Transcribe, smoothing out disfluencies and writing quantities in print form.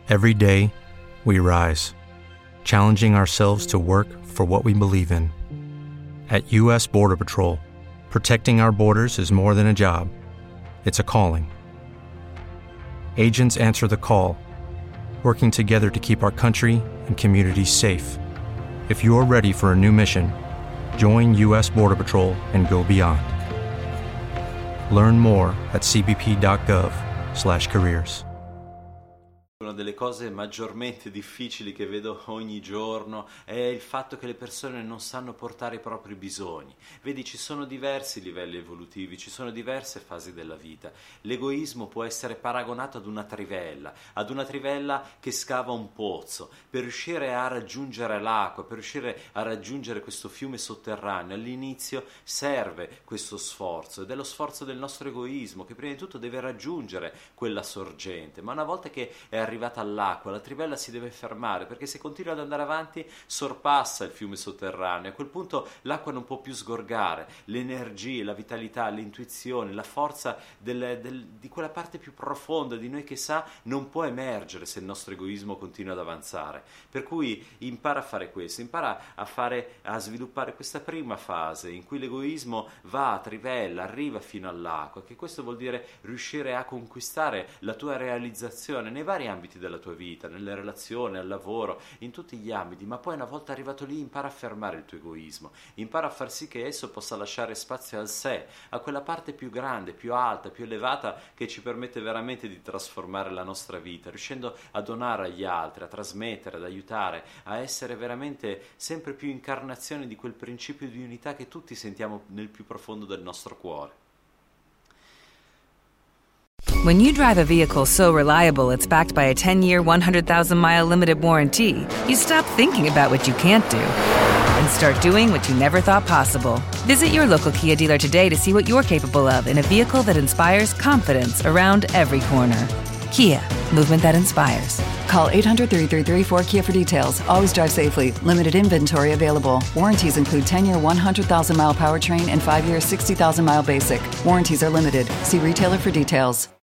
Every day, we rise, challenging ourselves to work for what we believe in. At U.S. Border Patrol, protecting our borders is more than a job. It's a calling. Agents answer the call, working together to keep our country and communities safe. If you're ready for a new mission, join U.S. Border Patrol and go beyond. Learn more at cbp.gov/careers. Una delle cose maggiormente difficili che vedo ogni giorno è il fatto che le persone non sanno portare i propri bisogni. Vedi, ci sono diversi livelli evolutivi, ci sono diverse fasi della vita. L'egoismo può essere paragonato ad una trivella che scava un pozzo. Per riuscire a raggiungere l'acqua, per riuscire a raggiungere questo fiume sotterraneo, all'inizio serve questo sforzo, ed è lo sforzo del nostro egoismo che prima di tutto deve raggiungere quella sorgente, ma una volta che è arrivata all'acqua, la trivella si deve fermare, perché se continua ad andare avanti sorpassa il fiume sotterraneo. A quel punto l'acqua non può più sgorgare, le energie, la vitalità, l'intuizione, la forza di quella parte più profonda di noi che sa non può emergere se il nostro egoismo continua ad avanzare. Per cui impara a fare questo, impara a sviluppare questa prima fase in cui l'egoismo va a trivella, arriva fino all'acqua, che questo vuol dire riuscire a conquistare la tua realizzazione nei vari ambiti della tua vita, nelle relazioni, al lavoro, in tutti gli ambiti, ma poi una volta arrivato lì impara a fermare il tuo egoismo, impara a far sì che esso possa lasciare spazio al sé, a quella parte più grande, più alta, più elevata che ci permette veramente di trasformare la nostra vita, riuscendo a donare agli altri, a trasmettere, ad aiutare, a essere veramente sempre più incarnazione di quel principio di unità che tutti sentiamo nel più profondo del nostro cuore. When you drive a vehicle so reliable it's backed by a 10-year, 100,000-mile limited warranty, you stop thinking about what you can't do and start doing what you never thought possible. Visit your local Kia dealer today to see what you're capable of in a vehicle that inspires confidence around every corner. Kia, movement that inspires. Call 800-333-4KIA for details. Always drive safely. Limited inventory available. Warranties include 10-year 100,000-mile powertrain and 5-year 60,000-mile basic. Warranties are limited. See retailer for details.